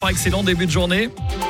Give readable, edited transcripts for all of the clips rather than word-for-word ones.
Excellent début de journée.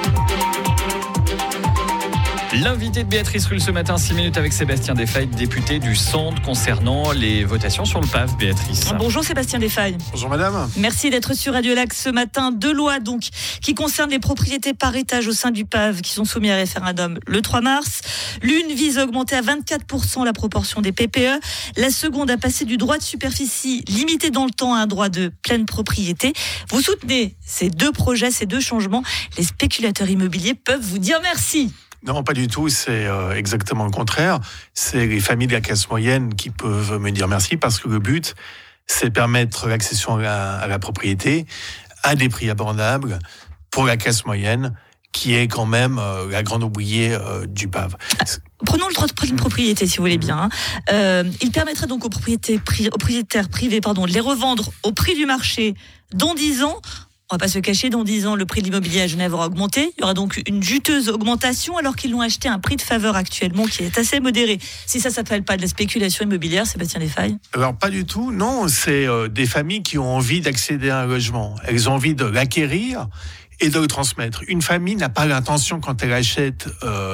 L'invité de Béatrice Rulle ce matin, 6 minutes avec Sébastien Desfailles, député du Centre, concernant les votations sur le PAV. Béatrice. Bonjour Sébastien Desfailles. Bonjour madame. Merci d'être sur Radio Lac ce matin. Deux lois donc qui concernent les propriétés par étage au sein du PAV qui sont soumises à référendum le 3 mars. L'une vise à augmenter à 24% la proportion des PPE. La seconde a passé du droit de superficie limité dans le temps à un droit de pleine propriété. Vous soutenez ces deux projets, ces deux changements. Les spéculateurs immobiliers peuvent vous dire merci. Non, pas du tout, c'est exactement le contraire. C'est les familles de la classe moyenne qui peuvent me dire merci parce que le but, c'est permettre l'accession à la propriété à des prix abordables pour la classe moyenne qui est quand même la grande oubliée du PAV. Prenons le droit de pleine propriété, si vous voulez bien. Il permettrait donc aux propriétaires privés de les revendre au prix du marché dans 10 ans. On va pas se cacher, dans 10 ans, le prix de l'immobilier à Genève aura augmenté. Il y aura donc une juteuse augmentation alors qu'ils l'ont acheté à un prix de faveur actuellement qui est assez modéré. Si ça s'appelle pas de la spéculation immobilière, Sébastien Desfailles? Alors pas du tout, non. C'est des familles qui ont envie d'accéder à un logement. Elles ont envie de l'acquérir et de le transmettre. Une famille n'a pas l'intention, quand elle achète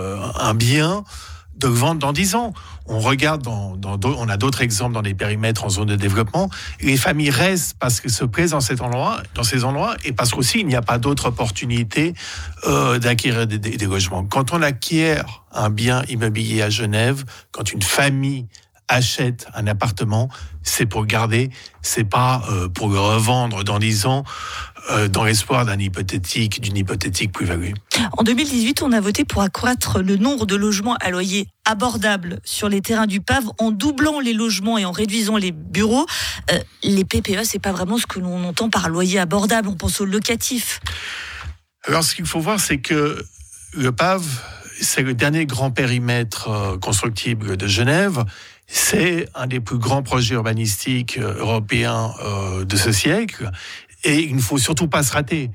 un bien, de le vendre dans 10 ans. On regarde, on a d'autres exemples dans les périmètres en zone de développement. Les familles restent parce qu'elles se plaisent dans ces endroits, et parce qu'aussi il n'y a pas d'autre opportunité d'acquérir des logements. Quand on acquiert un bien immobilier à Genève, quand une famille achète un appartement, c'est pour le garder, c'est pas pour le revendre dans 10 ans dans l'espoir d'une hypothétique plus-value. En 2018, on a voté pour accroître le nombre de logements à loyer abordable sur les terrains du PAV en doublant les logements et en réduisant les bureaux. Les PPE, c'est pas vraiment ce que l'on entend par loyer abordable, on pense au locatif. Alors ce qu'il faut voir, c'est que le PAV, c'est le dernier grand périmètre constructible de Genève. C'est un des plus grands projets urbanistiques européens de ce siècle, et il ne faut surtout pas se rater.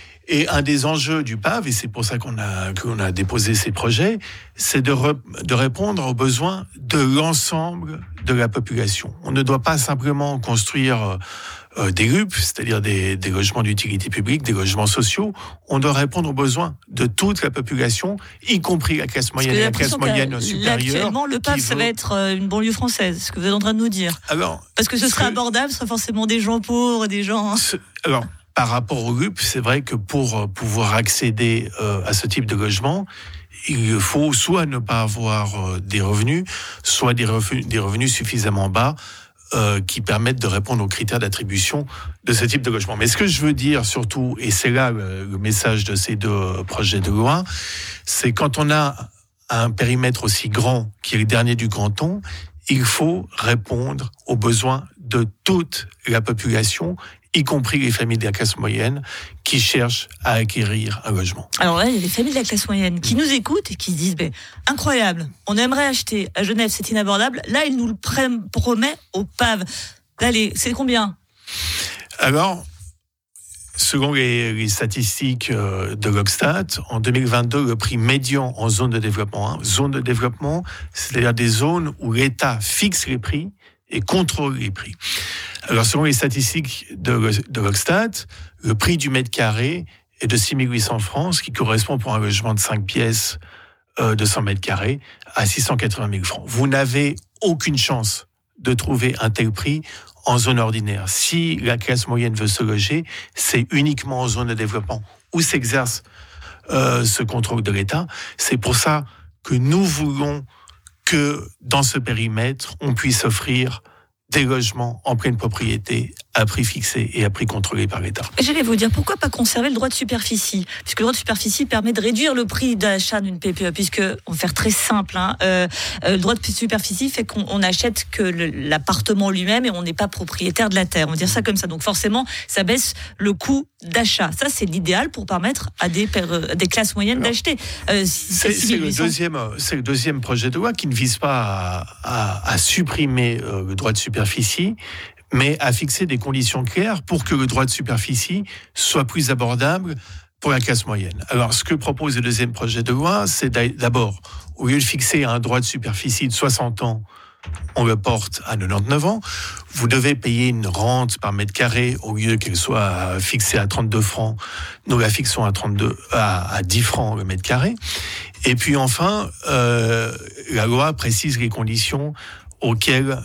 Et un des enjeux du PAV, et c'est pour ça qu'on a déposé ces projets, c'est de répondre aux besoins de l'ensemble de la population. On ne doit pas simplement construire des RUP, c'est-à-dire des logements d'utilité publique, des logements sociaux. On doit répondre aux besoins de toute la population, y compris la classe moyenne et la classe moyenne supérieure. Actuellement, le PAV, ça va être une banlieue française, ce que vous êtes en train de nous dire. Alors, parce que ce serait abordable, ce serait forcément des gens pauvres, des gens... Alors, par rapport aux RUP, c'est vrai que pour pouvoir accéder à ce type de logement, il faut soit ne pas avoir des revenus, soit des revenus suffisamment bas qui permettent de répondre aux critères d'attribution de ce type de logement. Mais ce que je veux dire surtout, et c'est là le message de ces deux projets de loi, c'est quand on a un périmètre aussi grand qui est le dernier du canton, il faut répondre aux besoins de toute la population, y compris les familles de la classe moyenne qui cherchent à acquérir un logement. Alors là, il y a les familles de la classe moyenne qui nous écoutent et qui se disent incroyable, on aimerait acheter à Genève, c'est inabordable. Là, ils nous le promet au PAV. Là, c'est combien? Alors, selon les statistiques de l'Ogstat, en 2022, le prix médian en zone de développement, c'est-à-dire des zones où l'État fixe les prix et contrôle les prix. Alors, selon les statistiques de l'Ogstat, le prix du mètre carré est de 6 800 francs, ce qui correspond pour un logement de 5 pièces de 100 mètres carrés à 680 000 francs. Vous n'avez aucune chance de trouver un tel prix en zone ordinaire. Si la classe moyenne veut se loger, c'est uniquement en zone de développement où s'exerce ce contrôle de l'État. C'est pour ça que nous voulons que dans ce périmètre, on puisse offrir des logements en pleine propriété à prix fixé et à prix contrôlé par l'État. J'allais vous dire, pourquoi pas conserver le droit de superficie? Puisque le droit de superficie permet de réduire le prix d'achat d'une PPE, puisque, on va faire très simple, le droit de superficie fait qu'on n'achète que l'appartement lui-même et on n'est pas propriétaire de la terre. On va dire ça comme ça. Donc forcément, ça baisse le coût d'achat. Ça, c'est l'idéal pour permettre à des classes moyennes d'acheter. C'est le deuxième projet de loi qui ne vise pas à supprimer le droit de superficie, mais à fixer des conditions claires pour que le droit de superficie soit plus abordable pour la classe moyenne. Alors, ce que propose le deuxième projet de loi, c'est d'abord, au lieu de fixer un droit de superficie de 60 ans on le porte à 99 ans. Vous devez payer une rente par mètre carré au lieu qu'elle soit fixée à 32 francs. Nous la fixons à 10 francs le mètre carré. Et puis enfin, la loi précise les conditions auxquelles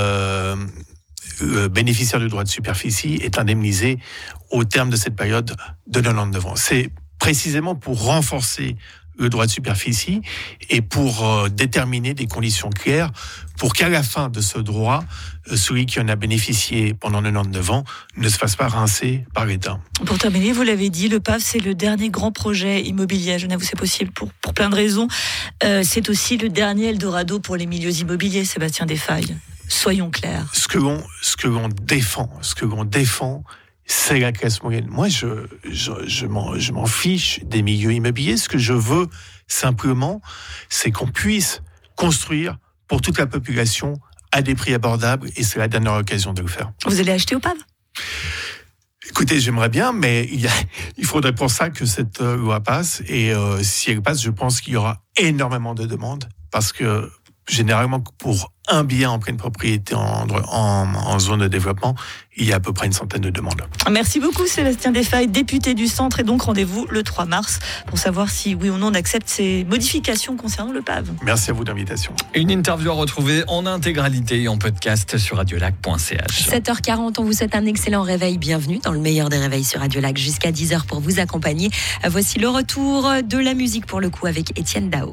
le bénéficiaire du droit de superficie est indemnisé au terme de cette période de 99 ans. C'est précisément pour renforcer le droit de superficie et pour déterminer des conditions claires pour qu'à la fin de ce droit, celui qui en a bénéficié pendant 99 ans ne se fasse pas rincer par l'État. Pour terminer, vous l'avez dit, le PAV, c'est le dernier grand projet immobilier à Genève où c'est possible pour plein de raisons. C'est aussi le dernier Eldorado pour les milieux immobiliers, Sébastien Desfailles. Soyons clairs. Ce que l'on défend, c'est la classe moyenne. Moi, je m'en fiche des milieux immobiliers. Ce que je veux, simplement, c'est qu'on puisse construire pour toute la population à des prix abordables, et c'est la dernière occasion de le faire. Vous allez acheter au PAV ? Écoutez, j'aimerais bien, mais il faudrait pour ça que cette loi passe, et si elle passe, je pense qu'il y aura énormément de demandes, parce que généralement, pour un bien en pleine propriété en zone de développement, il y a à peu près une centaine de demandes. Merci beaucoup Sébastien Desfailles, député du Centre, et donc rendez-vous le 3 mars pour savoir si oui ou non on accepte ces modifications concernant le PAV. Merci à vous d'invitation. Une interview à retrouver en intégralité et en podcast sur radiolac.ch. 7h40, on vous souhaite un excellent réveil. Bienvenue dans le meilleur des réveils sur Radio Lac jusqu'à 10h pour vous accompagner. Voici le retour de la musique pour le coup avec Étienne Dao.